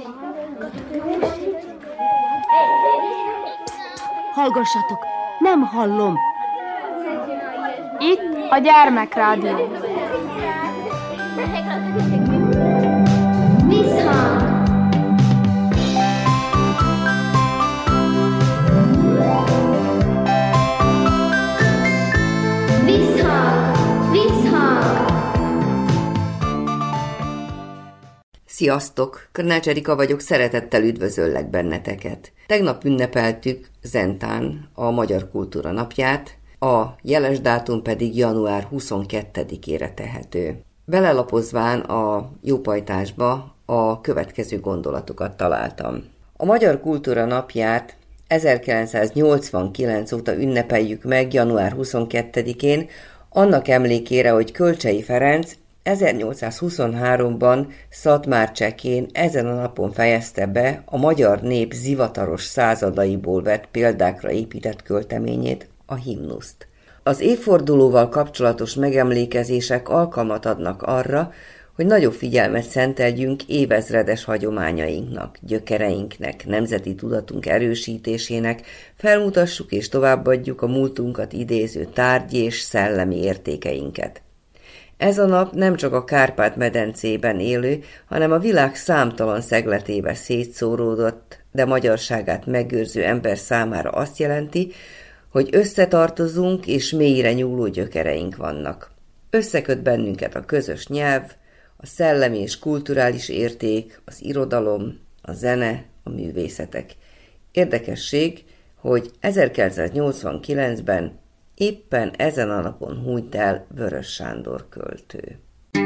Hallgassatok, nem hallom. Itt a Gyermekrádió. Visszhang. Sziasztok! Körnács Erika vagyok, szeretettel üdvözöllek benneteket. Tegnap ünnepeltük Zentán a Magyar Kultúra Napját, a jeles dátum pedig január 22-ére tehető. Belelapozván a jópajtásba a következő gondolatokat találtam. A Magyar Kultúra Napját 1989 óta ünnepeljük meg január 22-én, annak emlékére, hogy Kölcsey Ferenc 1823-ban Szatmár-Csekén ezen a napon fejezte be a magyar nép zivataros századaiból vett példákra épített költeményét, a himnuszt. Az évfordulóval kapcsolatos megemlékezések alkalmat adnak arra, hogy nagyobb figyelmet szenteljünk évezredes hagyományainknak, gyökereinknek, nemzeti tudatunk erősítésének, felmutassuk és továbbadjuk a múltunkat idéző tárgyi és szellemi értékeinket. Ez a nap nem csak a Kárpát-medencében élő, hanem a világ számtalan szegletébe szétszóródott, de magyarságát megőrző ember számára azt jelenti, hogy összetartozunk és mélyre nyúló gyökereink vannak. Összeköt bennünket a közös nyelv, a szellemi és kulturális érték, az irodalom, a zene, a művészetek. Érdekesség, hogy 1989-ben éppen ezen a napon hunyt el Vörös Sándor költő.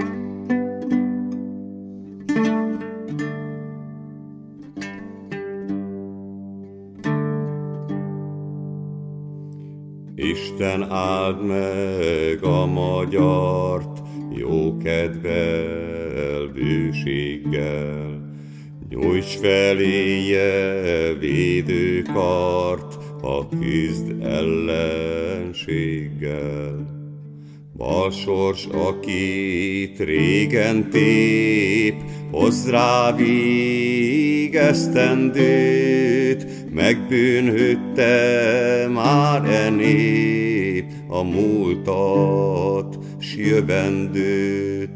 Isten áld meg a magyart jókedvel, bőséggel, nyújts feléje védőkart, a küzd ellenséggel. Balsors, akit régen tép, hozz rá végesztendőt, megbűnhődte már e nép a múltat, s jövendőt.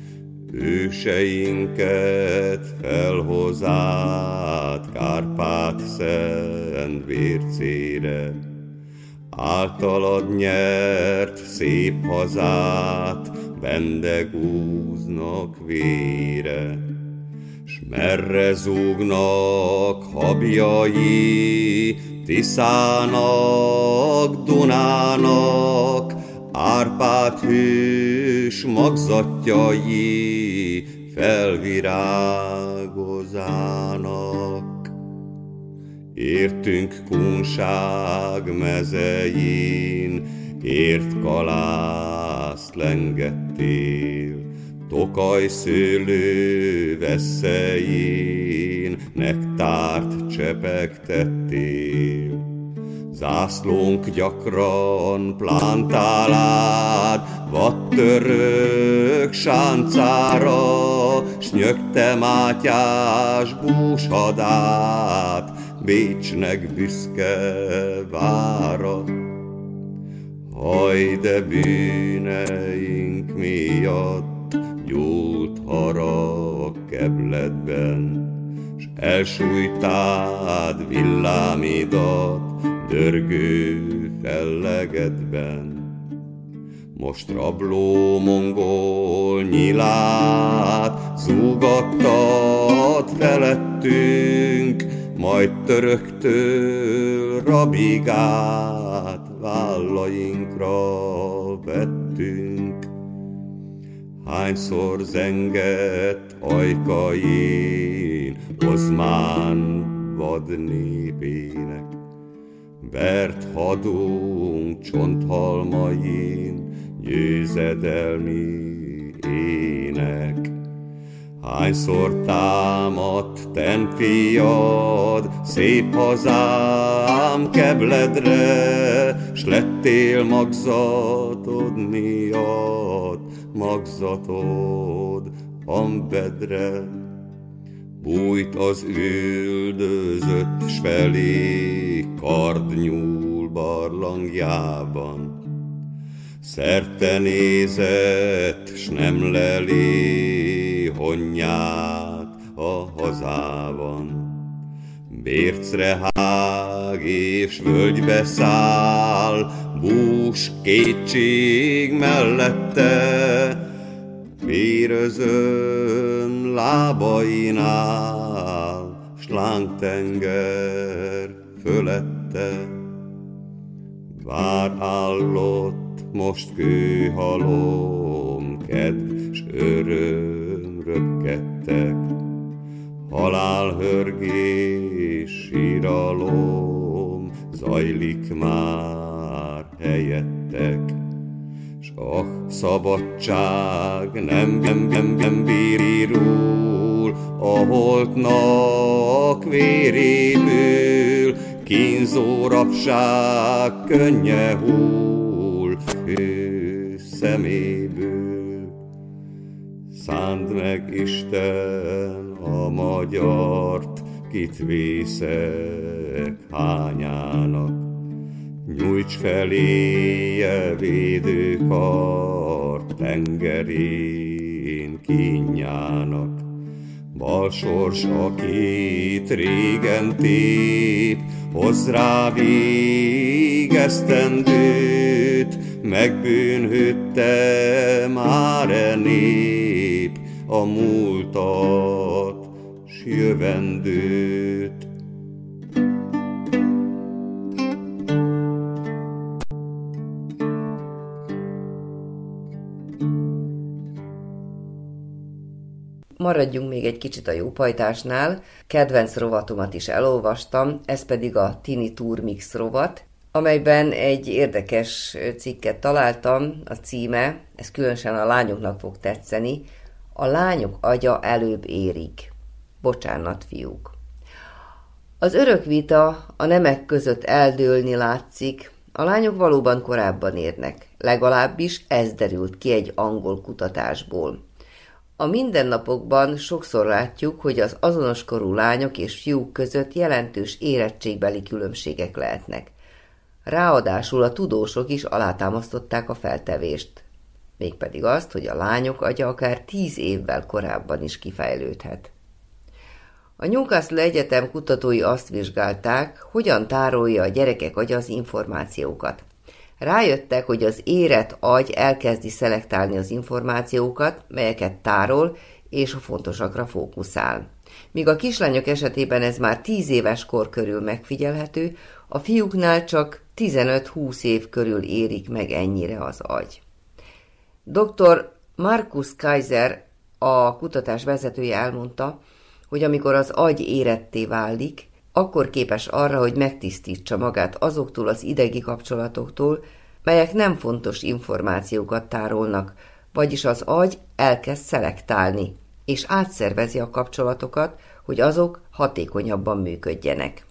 Őseinket felhoz át Kárpát szent vércére, általad nyert szép hazát vendegúznak vére, s merre zúgnak habjai Tiszának, Dunának, Árpád hős magzatjai felvirágozának. Értünk Kunság mezein, ért kalászt lengettél, Tokaj szőlő vesszein nektárt csepegtettél. Zászlónk gyakran plántálád, vadtörök sáncára, s nyögte Mátyás búshadát Bécsnek büszke vára. Haj, de bűneink miatt gyúlt harag kebledben, s elsújtád villámidat dörgő fellegedben. Most rabló mongol nyilát zúgattad felettünk, majd töröktől rabigát vállainkra vettünk. Hányszor zengett ajkain Ozmán vadnépének, vert hadunk csonthalmain győzedelmi ének. Hányszor támadt tenfiad szép hazám kebledre, s lettél magzatod miatt, magzatod Honvedre. bújt az üldözött, s felé kard nyúl barlangjában. Szerte nézett, s nem leli honnyát a hazában. Bércre hág és völgybe száll, bús kétség mellette, vérözön lábainál, s lángtenger fölette. Vár állott most kőhalom, kedv s öröm röpkedtek, halálhörgés, síralom zajlik már helyettek. S a szabadság nem bírul, a holtnak véréből, kínzó rabság könnye hull ő szeméből. Szánd meg Isten a magyart, kit vészek hányának, nyújts feléje védőkart tengerén kínjának. Balsors, akit régen tép, hozz rá végesztendőt, megbűnhődte már nép a múltat s jövendőt. Maradjunk még egy kicsit a jópajtásnál. Kedvenc rovatomat is elolvastam, ez pedig a Tini Turmix rovat, amelyben egy érdekes cikket találtam, a címe, ez különösen a lányoknak fog tetszeni, a lányok agya előbb érik. Bocsánat, fiúk. Az örök vita a nemek között eldőlni látszik, a lányok valóban korábban érnek, legalábbis ez derült ki egy angol kutatásból. A mindennapokban sokszor látjuk, hogy az azonos korú lányok és fiúk között jelentős érettségbeli különbségek lehetnek. Ráadásul a tudósok is alátámasztották a feltevést, mégpedig azt, hogy a lányok agya akár 10 évvel korábban is kifejlődhet. A Newcastle Egyetem kutatói azt vizsgálták, hogyan tárolja a gyerekek agya az információkat. Rájöttek, hogy az érett agy elkezdi szelektálni az információkat, melyeket tárol, és a fontosakra fókuszál. Míg a kislányok esetében ez már 10 éves kor körül megfigyelhető, a fiúknál csak 15-20 év körül érik meg ennyire az agy. Dr. Markus Kaiser, a kutatás vezetője elmondta, hogy amikor az agy éretté válik, akkor képes arra, hogy megtisztítsa magát azoktól az idegi kapcsolatoktól, melyek nem fontos információkat tárolnak, vagyis az agy elkezd szelektálni, és átszervezi a kapcsolatokat, hogy azok hatékonyabban működjenek.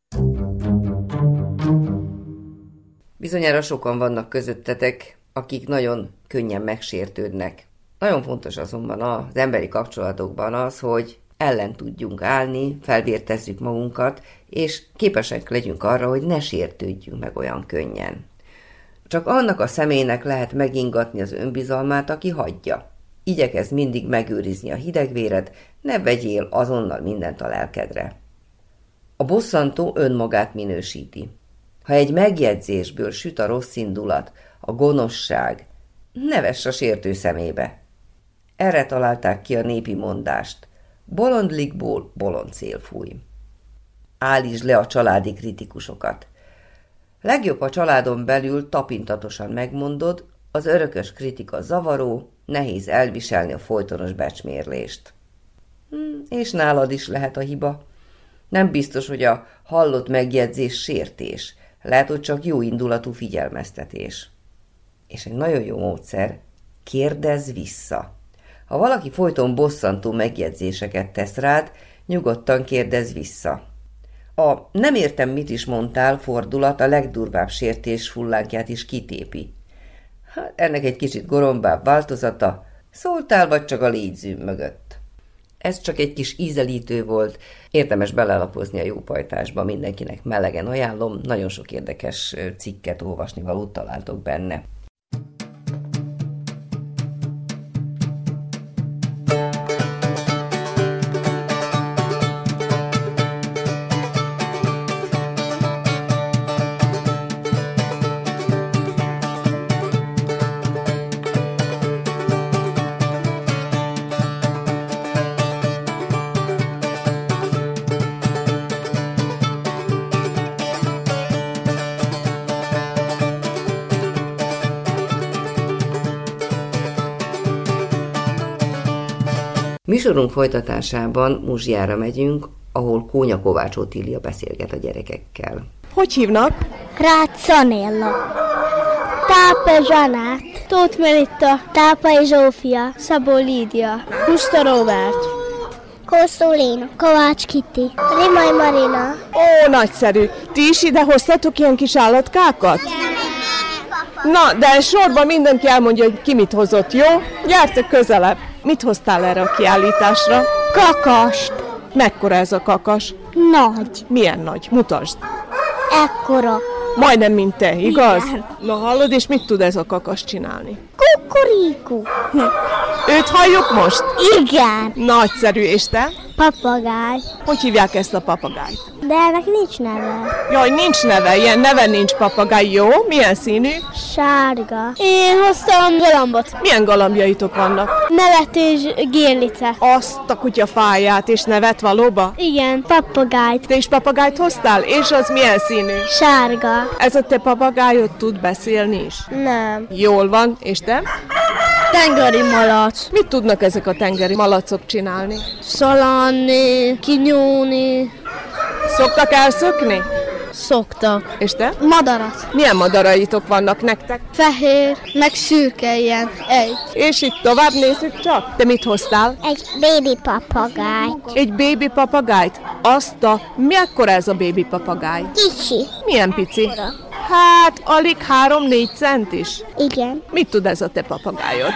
Bizonyára sokan vannak közöttetek, akik nagyon könnyen megsértődnek. Nagyon fontos azonban az emberi kapcsolatokban az, hogy ellen tudjunk állni, felvértezzük magunkat, és képesek legyünk arra, hogy ne sértődjünk meg olyan könnyen. Csak annak a személynek lehet megingatni az önbizalmát, aki hagyja. Igyekezz mindig megőrizni a hidegvéred, ne vegyél azonnal mindent a lelkedre. A bosszantó önmagát minősíti. Ha egy megjegyzésből süt a rossz indulat, a gonoszság, ne vess a sértő szemébe. Erre találták ki a népi mondást. Bolondlikból bolond szél fúj. Állítsd le a családi kritikusokat. Legjobb, a családon belül tapintatosan megmondod, az örökös kritika zavaró, nehéz elviselni a folytonos becsmérlést. És nálad is lehet a hiba. Nem biztos, hogy a hallott megjegyzés sértés, lehet, hogy csak jó indulatú figyelmeztetés. És egy nagyon jó módszer, kérdezz vissza. Ha valaki folyton bosszantó megjegyzéseket tesz rád, nyugodtan kérdezz vissza. A nem értem, mit is mondtál fordulat a legdurvább sértés fullánkját is kitépi. Hát ennek egy kicsit gorombább változata, szóltál vagy csak a légyzőm mögött. Ez csak egy kis ízelítő volt, érdemes belelapozni a Jópajtásba, mindenkinek melegen ajánlom, nagyon sok érdekes cikket, olvasnivalót találtok benne. Műsorunk folytatásában Muzsiára megyünk, ahol Kónya Kovács Otília beszélget a gyerekekkel. Hogy hívnak? Rácz Annélla, Tápe Zsanát, Tóth Melitta, Tápai Zsófia, Szabó Lídia, Huszta Róbert, Kosszó Léna, Kovács Kitti, Rimai Marina. Ó, nagyszerű! Ti is ide hoztatok ilyen kis állatkákat? Na, de sorban mindenki elmondja, hogy ki mit hozott, jó? Gyertek közelebb! Mit hoztál erre a kiállításra? Kakast. Mekkora ez a kakas? Nagy. Milyen nagy? Mutasd! Ekkora. Majdnem, mint te, igaz? Igen. Na hallod, és mit tud ez a kakas csinálni? Kukuríku. Őt halljuk most? Igen. Nagyszerű, és te? Papagáj. Hogy hívják ezt a papagájt? De ennek nincs neve. Jaj, nincs neve, ilyen neve nincs papagáj, jó? Milyen színű? Sárga. Én hoztam galambot. Milyen galambjaitok vannak? Nevet és gérlice. Azt a kutya fáját és nevet valóba? Igen, papagájt. Te is papagájt hoztál? És az milyen színű? Sárga. Ez a te papagájod tud beszélni is? Nem. Jól van, és te? Tengeri malac. Mit tudnak ezek a tengeri malacok csinálni? Szalanni, kinyúlni. Szoktak elszökni? Szoktak. És te? Madarat. Milyen madaraitok vannak nektek? Fehér, meg szürke ilyen. Egy. És itt tovább nézzük csak. Te mit hoztál? Egy baby papagájt. Egy bébi papagájt? Mekkora ez a bébi papagáj? Kicsi. Milyen pici? Hát, alig 3-4 centis. Igen. Mit tud ez a te papagájod?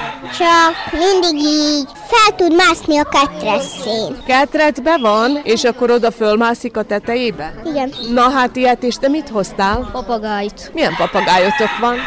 Csak mindig így fel tud mászni a ketresszén. Ketrecbe van, és akkor oda fölmászik a tetejébe? Igen. Na hát ilyet, és te mit hoztál? Papagájt. Milyen papagájotok van?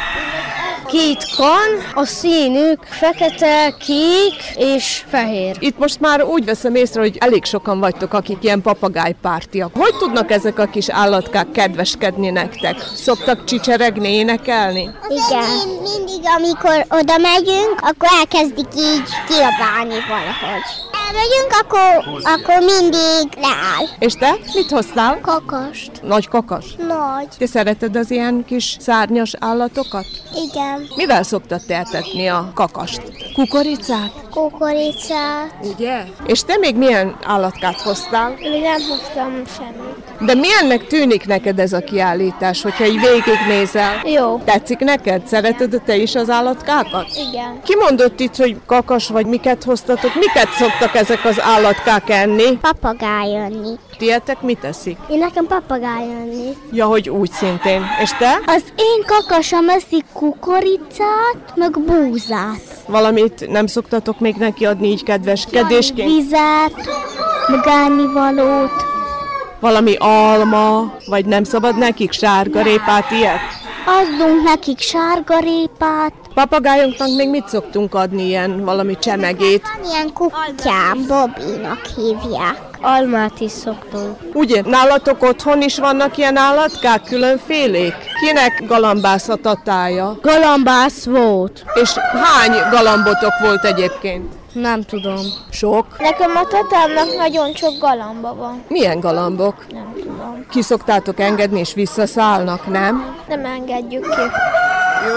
Két kan, a színük fekete, kék és fehér. Itt most már úgy veszem észre, hogy elég sokan vagytok, akik ilyen papagájpártiak. Hogy tudnak ezek a kis állatkák kedveskedni nektek? Szoktak csicseregni, énekelni? Igen. Mindig, amikor oda megyünk, akkor elkezdik így kiabálni valahogy. Elmegyünk, akkor mindig leáll. És te? Mit hoztál? Kakast. Nagy kakas? Nagy. Te szereted az ilyen kis szárnyas állatokat? Igen. Mivel szoktad te etetni a kakast? Kukoricát? Kukoricát. Ugye? És te még milyen állatkát hoztál? Még nem hoztam semmit. De milyennek tűnik neked ez a kiállítás, hogyha így végignézel? Jó. Tetszik neked? Szereted te is az állatkákat? Igen. Ki mondott itt, hogy kakas vagy miket hoztatok? Miket szoktak ezek az állatkák enni? Papagáj jönni. Tietek mit eszik? Én nekem papagáj jönni. Ja, hogy úgy szintén. És te? Az én kakasam eszik kukoricát, meg búzát. Valamit nem szoktatok még neki adni így kedveskedésként? Vizet, meg ennivalót. Valami alma, vagy nem szabad nekik sárgarépát, ilyet? Adunk nekik sárgarépát. Papagájunknak még mit szoktunk adni, ilyen valami csemegét? Ilyen kutyám, Bobinak hívják. Almát is szoktunk. Ugye, nálatok otthon is vannak ilyen állatkák, különfélék? Kinek galambászat a tája? Galambász volt. És hány galambotok volt egyébként? Nem tudom. Sok? Nekem a tatámnak nagyon sok galamba van. Milyen galambok? Nem tudom. Ki szoktátok engedni, és visszaszállnak, nem? Nem engedjük ki. Jó.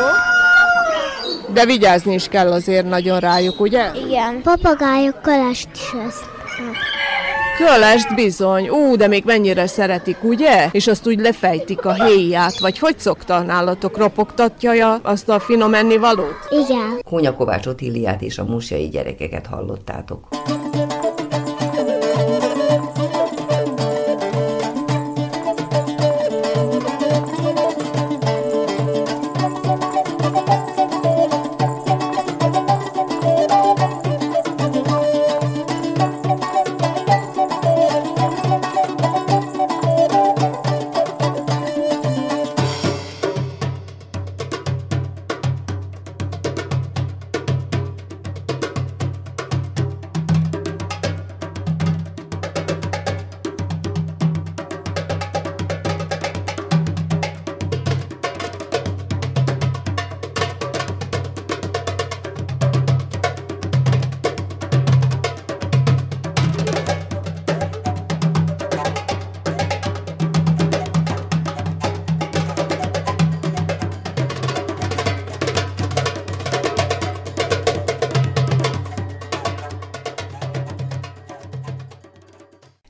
De vigyázni is kell azért nagyon rájuk, ugye? Igen. Papagájok kalest is esznek. Kölest bizony. De még mennyire szeretik, ugye? És azt úgy lefejtik a héját, vagy hogy szokta nálatok, ropogtatja azt a finom ennivalót? Igen. Kónya Kovács Otíliát és a musjai gyerekeket hallottátok.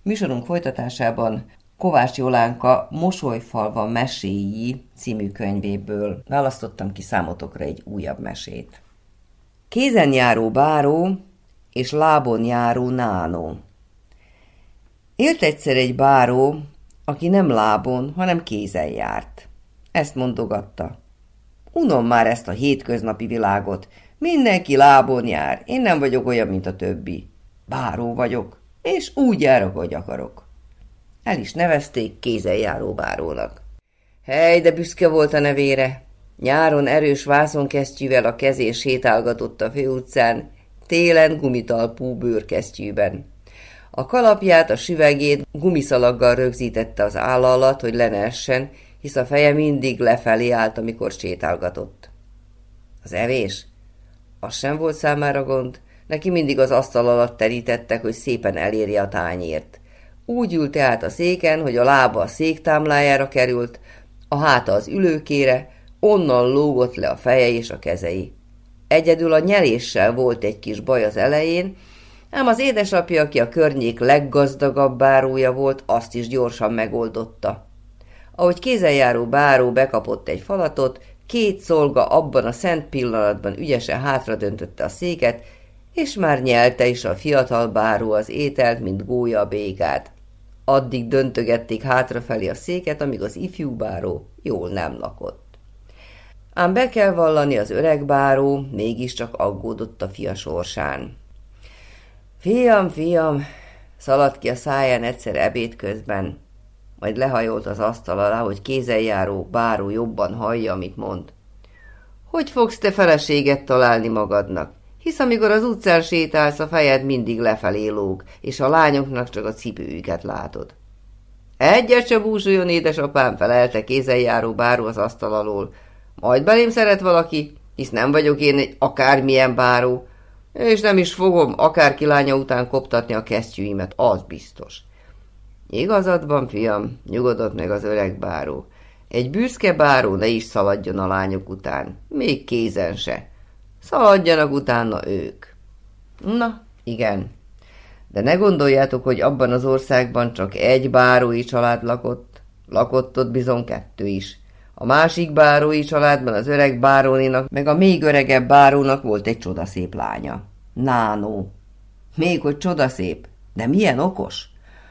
Műsorunk folytatásában Kovács Jolánka Mosolyfalva meséi című könyvéből választottam ki számotokra egy újabb mesét. Kézen járó báró és lábon járó nánó. Élt egyszer egy báró, aki nem lábon, hanem kézen járt. Ezt mondogatta. Unom már ezt a hétköznapi világot. Mindenki lábon jár, én nem vagyok olyan, mint a többi. Báró vagyok, és úgy járok, hogy akarok. El is nevezték kézenjáró bárónak. Hely, de büszke volt a nevére. Nyáron erős vászonkesztyűvel a kezén sétálgatott a főutcán, télen gumitalpú bőrkesztyűben. A kalapját, a süvegét gumiszalaggal rögzítette az álla alatt, hogy le ne essen, hisz a feje mindig lefelé állt, amikor sétálgatott. Az evés? Az sem volt számára gond, neki mindig az asztal alatt terítettek, hogy szépen elérje a tányért. Úgy ült át a széken, hogy a lába a szék támlájára került, a háta az ülőkére, onnan lógott le a feje és a kezei. Egyedül a nyeléssel volt egy kis baj az elején, ám az édesapja, aki a környék leggazdagabb bárója volt, azt is gyorsan megoldotta. Ahogy kézenjáró báró bekapott egy falatot, 2 szolga abban a szent pillanatban ügyesen hátradöntötte a széket, és már nyelte is a fiatal báró az ételt, mint gólya a békát. Addig döntögették hátrafelé a széket, amíg az ifjú báró jól nem lakott. Ám be kell vallani, az öreg báró mégiscsak aggódott a fia sorsán. Fiam, szaladt ki a száján egyszer ebéd közben, majd lehajolt az asztal alá, hogy kézenjáró báró jobban hallja, amit mond. Hogy fogsz te feleséget találni magadnak? Hisz amikor az utcán sétálsz, a fejed mindig lefelé lóg, és a lányoknak csak a cipőjüket látod. Egyet se búsuljon, édesapám, felelte kézenjáró báró az asztal alól. Majd belém szeret valaki, hisz nem vagyok én egy akármilyen báró, és nem is fogom akárki lánya után koptatni a kesztyűimet, az biztos. Igazad van, fiam, nyugodott meg az öreg báró. Egy büszke báró ne is szaladjon a lányok után, még kézen se. Szaladjanak utána ők. Na, igen. De ne gondoljátok, hogy abban az országban csak egy bárói család lakott. Lakott ott bizony 2 is. A másik bárói családban az öreg bárónénak, meg a még öregebb bárónak volt egy csodaszép lánya. Nánó. Még hogy csodaszép, de milyen okos.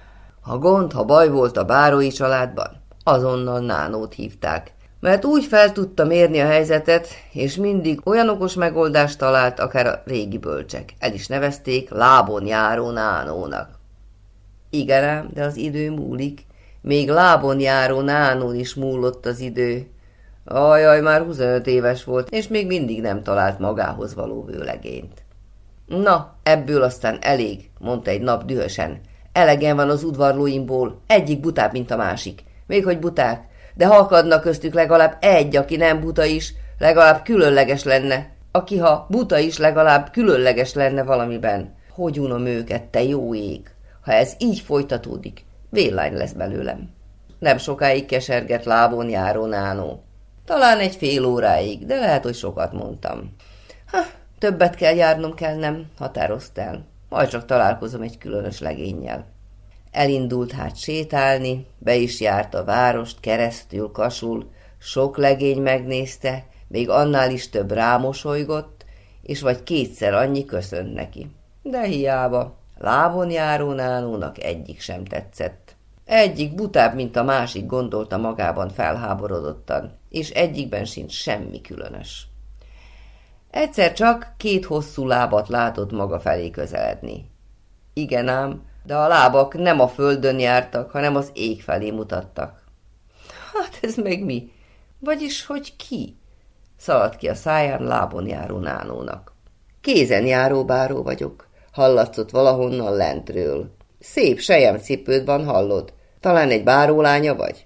Ha baj volt a bárói családban, azonnal Nánót hívták, mert úgy fel tudta mérni a helyzetet, és mindig olyan okos megoldást talált, akár a régi bölcsek. El is nevezték lábon járó Nánónak. Igen ám, de az idő múlik. Még lábon járó Nánón is múlott az idő. Ajaj, már 25 éves volt, és még mindig nem talált magához való vőlegényt. Na, ebből aztán elég, mondta egy nap dühösen. Elegem van az udvarlóimból, egyik butább, mint a másik. Még hogy buták, de ha akadna köztük legalább egy, aki nem buta is, legalább különleges lenne. Aki ha buta is, legalább különleges lenne valamiben. Hogy unom őket, te jó ég! Ha ez így folytatódik, véllány lesz belőlem. Nem sokáig kesergett lábon járó Nánó. Talán egy fél óráig, de lehet, hogy sokat mondtam. Többet kell járnom kell, nem? Határozta el. Majd csak találkozom egy különös legénnyel. Elindult hát sétálni, be is járt a várost, keresztül, kasul, sok legény megnézte, még annál is több rámosolygott, és vagy 2-szer annyi köszönt neki. De hiába, lábon járó Nánónak egyik sem tetszett. Egyik butább, mint a másik, gondolta magában felháborodottan, és egyikben sincs semmi különös. Egyszer csak 2 hosszú lábat látott maga felé közeledni. Igen ám, de a lábak nem a földön jártak, hanem az ég felé mutattak. Hát ez meg mi? Vagyis, hogy ki? Szaladt ki a száján lábon járó Nánónak. Kézen járó báró vagyok, hallatszott valahonnan lentről. Szép selyemcipőd van, hallod? Talán egy bárólánya vagy?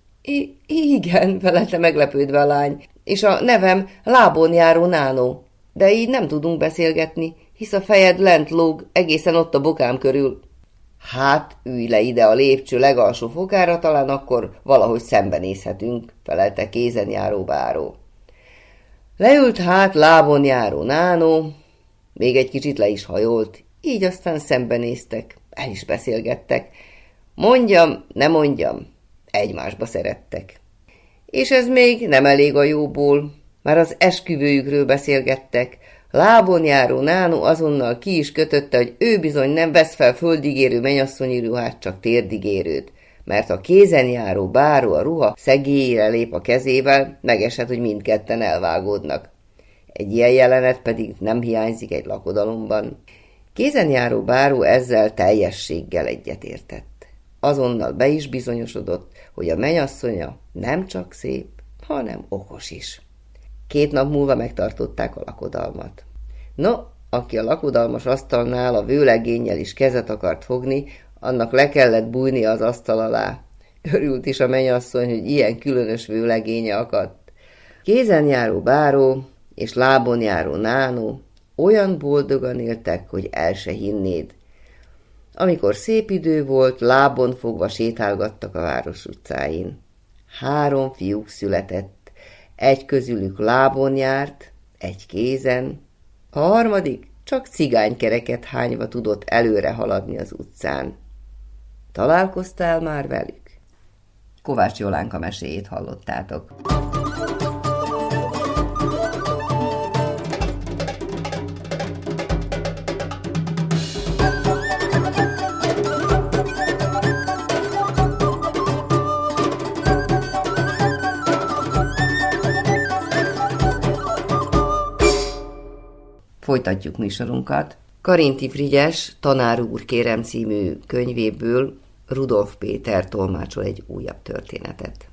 Igen, felelte meglepődve a lány, és a nevem lábon járó Nánó, de így nem tudunk beszélgetni, hisz a fejed lent lóg egészen ott a bokám körül. Hát, ülj le ide a lépcső legalsó fokára, talán akkor valahogy szembenézhetünk, felelte kézen járó báró. Leült hát lábon járó Nánó, még egy kicsit le is hajolt, így aztán szembenéztek, el is beszélgettek, Mondjam, ne mondjam, egymásba szerettek. És ez még nem elég a jóból, már az esküvőjükről beszélgettek. Lábon járó Nánó azonnal ki is kötötte, hogy ő bizony nem vesz fel földigérő mennyasszonyi ruhát, csak térdigérőt, mert a kézen járó báró a ruha szegélyére lép a kezével, megeshet, hogy mindketten elvágódnak. Egy ilyen jelenet pedig nem hiányzik egy lakodalomban. Kézen járó báró ezzel teljességgel egyetértett. Azonnal be is bizonyosodott, hogy a mennyasszonya nem csak szép, hanem okos is. 2 nap múlva megtartották a lakodalmat. No, aki a lakodalmas asztalnál a vőlegénnyel is kezet akart fogni, annak le kellett bújnia az asztal alá. Örült is a mennyasszony, hogy ilyen különös vőlegénye akadt. Kézen járó báró és lábon járó Nánó olyan boldogan éltek, hogy el se hinnéd. Amikor szép idő volt, lábon fogva sétálgattak a város utcáin. 3 fiúk született, egy közülük lábon járt, egy kézen, a harmadik csak cigánykereket hányva tudott előre haladni az utcán. Találkoztál már velük? Kovács Jolánka meséjét hallottátok. Folytatjuk műsorunkat. Karinti Frigyes Tanár úr kérem című könyvéből Rudolf Péter tolmácsol egy újabb történetet.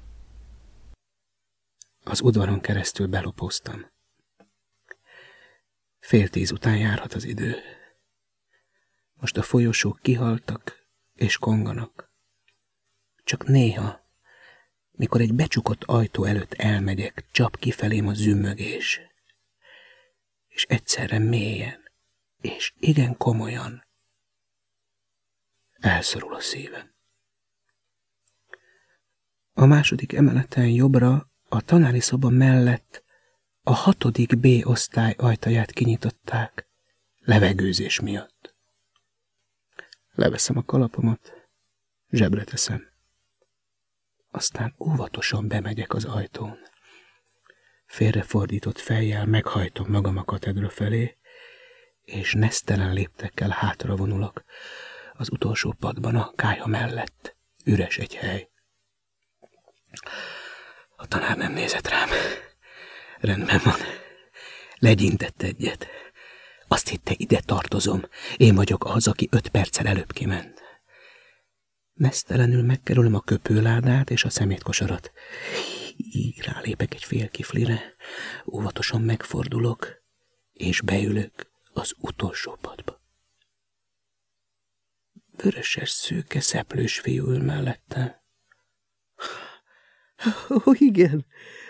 Az udvaron keresztül belopóztam. 9:30 után járhat az idő. Most a folyosók kihaltak és konganak. Csak néha, mikor egy becsukott ajtó előtt elmegyek, csap kifelém a zümmögés. És egyszerre mélyen, és igen komolyan elszorul a szívem. A 2. emeleten jobbra, a tanári szoba mellett a 6. B osztály ajtaját kinyitották, levegőzés miatt. Leveszem a kalapomat, zsebre teszem. Aztán óvatosan bemegyek az ajtón. Félrefordított fejjel meghajtom magam a katedra felé, és nesztelen léptekkel hátra vonulok. Az utolsó padban a kályha mellett üres egy hely. A tanár nem nézett rám. Rendben van. Legyintett egyet. Azt hitte, ide tartozom. Én vagyok az, aki 5 perccel előbb kiment. Nesztelenül megkerülöm a köpőládát és a szemétkosarat. Így rálépek egy fél kiflire, óvatosan megfordulok, és beülök az utolsó padba. Vöröses, szőke, szeplős fiú ül mellettem. Ó, igen,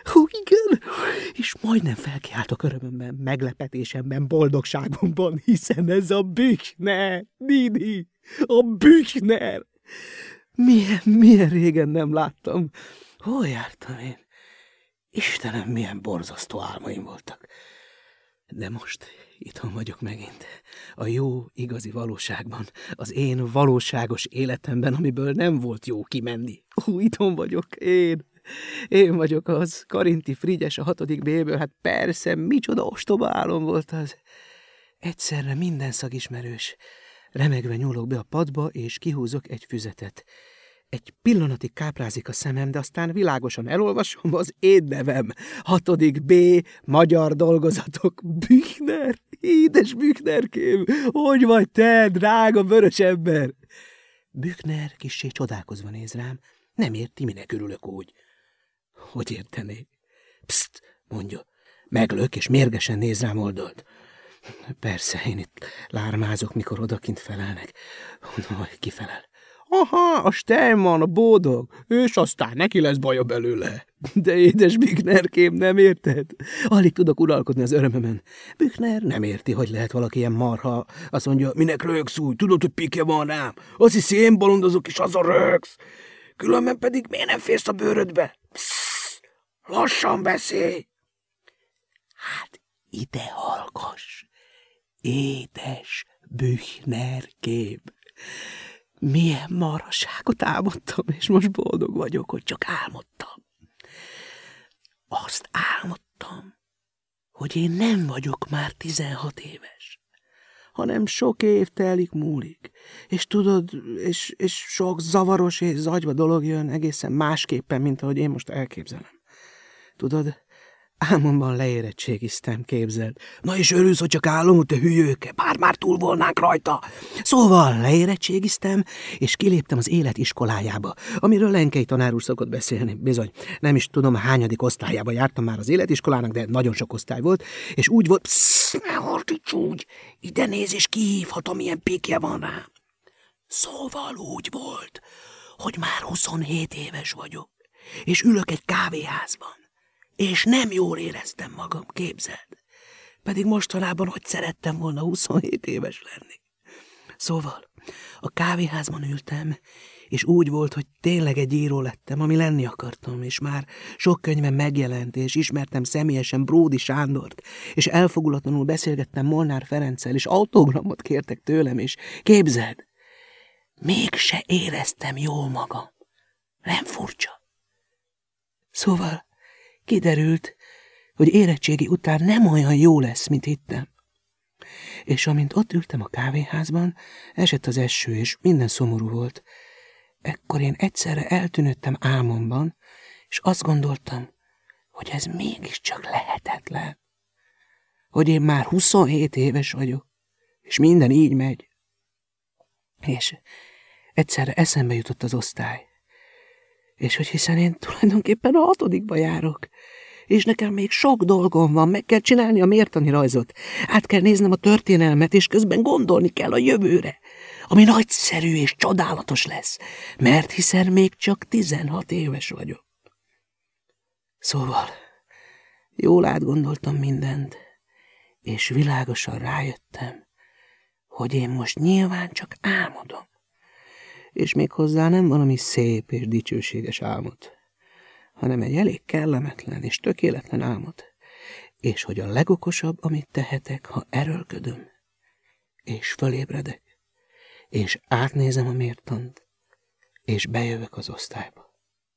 és majdnem felkiáltok örömömben, meglepetésemben, boldogságomban, hiszen ez a Büchner, Didi, a Büchner. Milyen régen nem láttam. Hol jártam én? Istenem, milyen borzasztó álmaim voltak. De most itthon vagyok megint. A jó, igazi valóságban. Az én valóságos életemben, amiből nem volt jó kimenni. Itthon vagyok én. Én vagyok az. Karinti Frigyes a 6. B-ből. Hát persze, micsoda ostoba álom volt az. Egyszerre minden szagismerős. Remegve nyúlok be a padba, és kihúzok egy füzetet. Egy pillanatig káprázik a szemem, de aztán világosan elolvasom az én nevem. 6. B. Magyar dolgozatok. Büchner, édes Büchnerkém, hogy vagy te, drága vörös ember? Büchner kissé csodálkozva néz rám, nem érti, minek örülök úgy. Hogy értené? Pszt, mondja, meglök, és mérgesen néz rám oldalt. Persze, én itt lármázok, mikor odakint felelnek. Vagy kifelel. Aha, a Steinmann, a bódog, és aztán neki lesz baja belőle. De édes Büchnerkém, nem érted? Alig tudok uralkodni az örömömen. Büchner nem érti, hogy lehet valaki ilyen marha. Azt mondja, minek röhögsz úgy? Tudod, hogy pikje van rám? Azt hiszi, én bolondozok, és azon röhögsz. Különben pedig miért nem férsz a bőrödbe? Pssz, lassan beszélj. Hát ide hallgass, édes Büchnerkém. Milyen marhaságot álmodtam, és most boldog vagyok, hogy csak álmodtam. Azt álmodtam, hogy én nem vagyok már 16 éves, hanem sok év telik múlik, és tudod, és sok zavaros és zagyva dolog jön egészen másképpen, mint ahogy én most elképzelem. Tudod, álmomban leérettségiztem, képzeld. Na és örülsz, hogy csak álom, te hülyőke, bár már túl volnánk rajta. Szóval leérettségiztem, és kiléptem az élet iskolájába, amiről Lenkei tanár úr szokott beszélni. Bizony, nem is tudom, hányadik osztályába jártam már az életiskolának, de nagyon sok osztály volt, és úgy volt, ne hordíts úgy, ide néz, és kihívhatom, milyen pékje van rám. Szóval úgy volt, hogy már 27 éves vagyok, és ülök egy kávéházban. És nem jól éreztem magam, képzeld. Pedig mostanában hogy szerettem volna 27 éves lenni. Szóval a kávéházban ültem, és úgy volt, hogy tényleg egy író lettem, ami lenni akartam, és már sok könyvem megjelent, és ismertem személyesen Bródi Sándort, és elfogulatlanul beszélgettem Molnár Ferenccel, és autogramot kértek tőlem, és képzeld, mégse éreztem jól magam. Nem furcsa? Szóval kiderült, hogy érettségi után nem olyan jó lesz, mint hittem. És amint ott ültem a kávéházban, esett az eső, és minden szomorú volt. Ekkor én egyszerre eltűnődtem álmomban, és azt gondoltam, hogy ez mégiscsak lehetetlen. Hogy én már 27 éves vagyok, és minden így megy. És egyszerre eszembe jutott az osztály. És hogy hiszen én tulajdonképpen a 6. járok, és nekem még sok dolgom van, meg kell csinálni a mértani rajzot, át kell néznem a történelmet, és közben gondolni kell a jövőre, ami nagyszerű és csodálatos lesz, mert hiszen még csak 16 éves vagyok. Szóval jól átgondoltam mindent, és világosan rájöttem, hogy én most nyilván csak álmodom. És még hozzá nem valami szép és dicsőséges álmot, hanem egy elég kellemetlen és tökéletlen álmot, és hogy a legokosabb, amit tehetek, ha erőlködöm, és fölébredek, és átnézem a mértant, és bejövök az osztályba.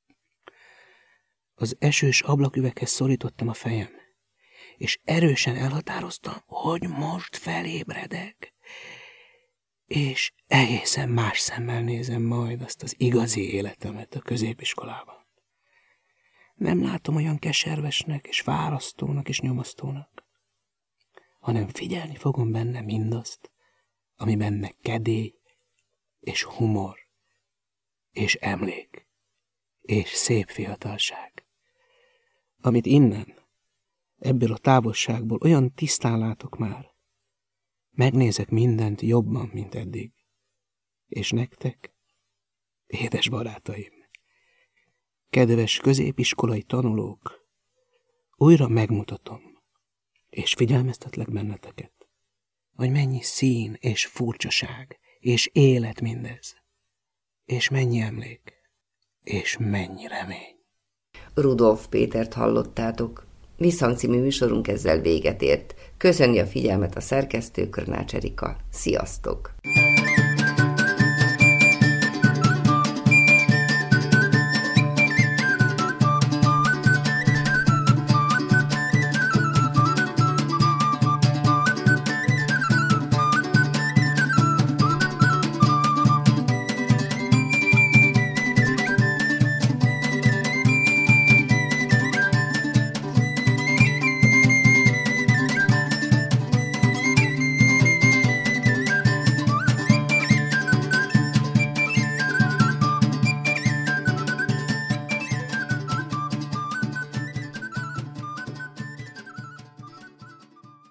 Az esős ablaküveghez szorítottam a fejem, és erősen elhatároztam, hogy most felébredek, és egészen más szemmel nézem majd azt az igazi életemet a középiskolában. Nem látom olyan keservesnek, és fárasztónak, és nyomasztónak, hanem figyelni fogom benne mindazt, ami benne kedély, és humor, és emlék, és szép fiatalság, amit innen, ebből a távolságból olyan tisztán látok már. Megnézek mindent jobban, mint eddig. És nektek, édes barátaim, kedves középiskolai tanulók, újra megmutatom, és figyelmeztetlek benneteket, hogy mennyi szín és furcsaság, és élet mindez, és mennyi emlék, és mennyi remény. Rudolf Pétert hallottátok. Visszhang című műsorunk ezzel véget ért. Köszöni a figyelmet a szerkesztő, Krnács Erika. Sziasztok!